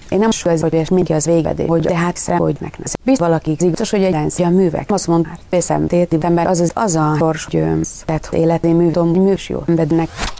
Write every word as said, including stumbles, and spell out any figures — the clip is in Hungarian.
Én nem sőz, hogy és mindenki az végedé, hogy de hát szem, hogy neknek. Biztos valaki biztos, hogy egy rendszi a művek. Azt mondta, veszem téti ember, az az, az a sors győmsz. Tehát életé mű, tudom, műs jó. Bednek.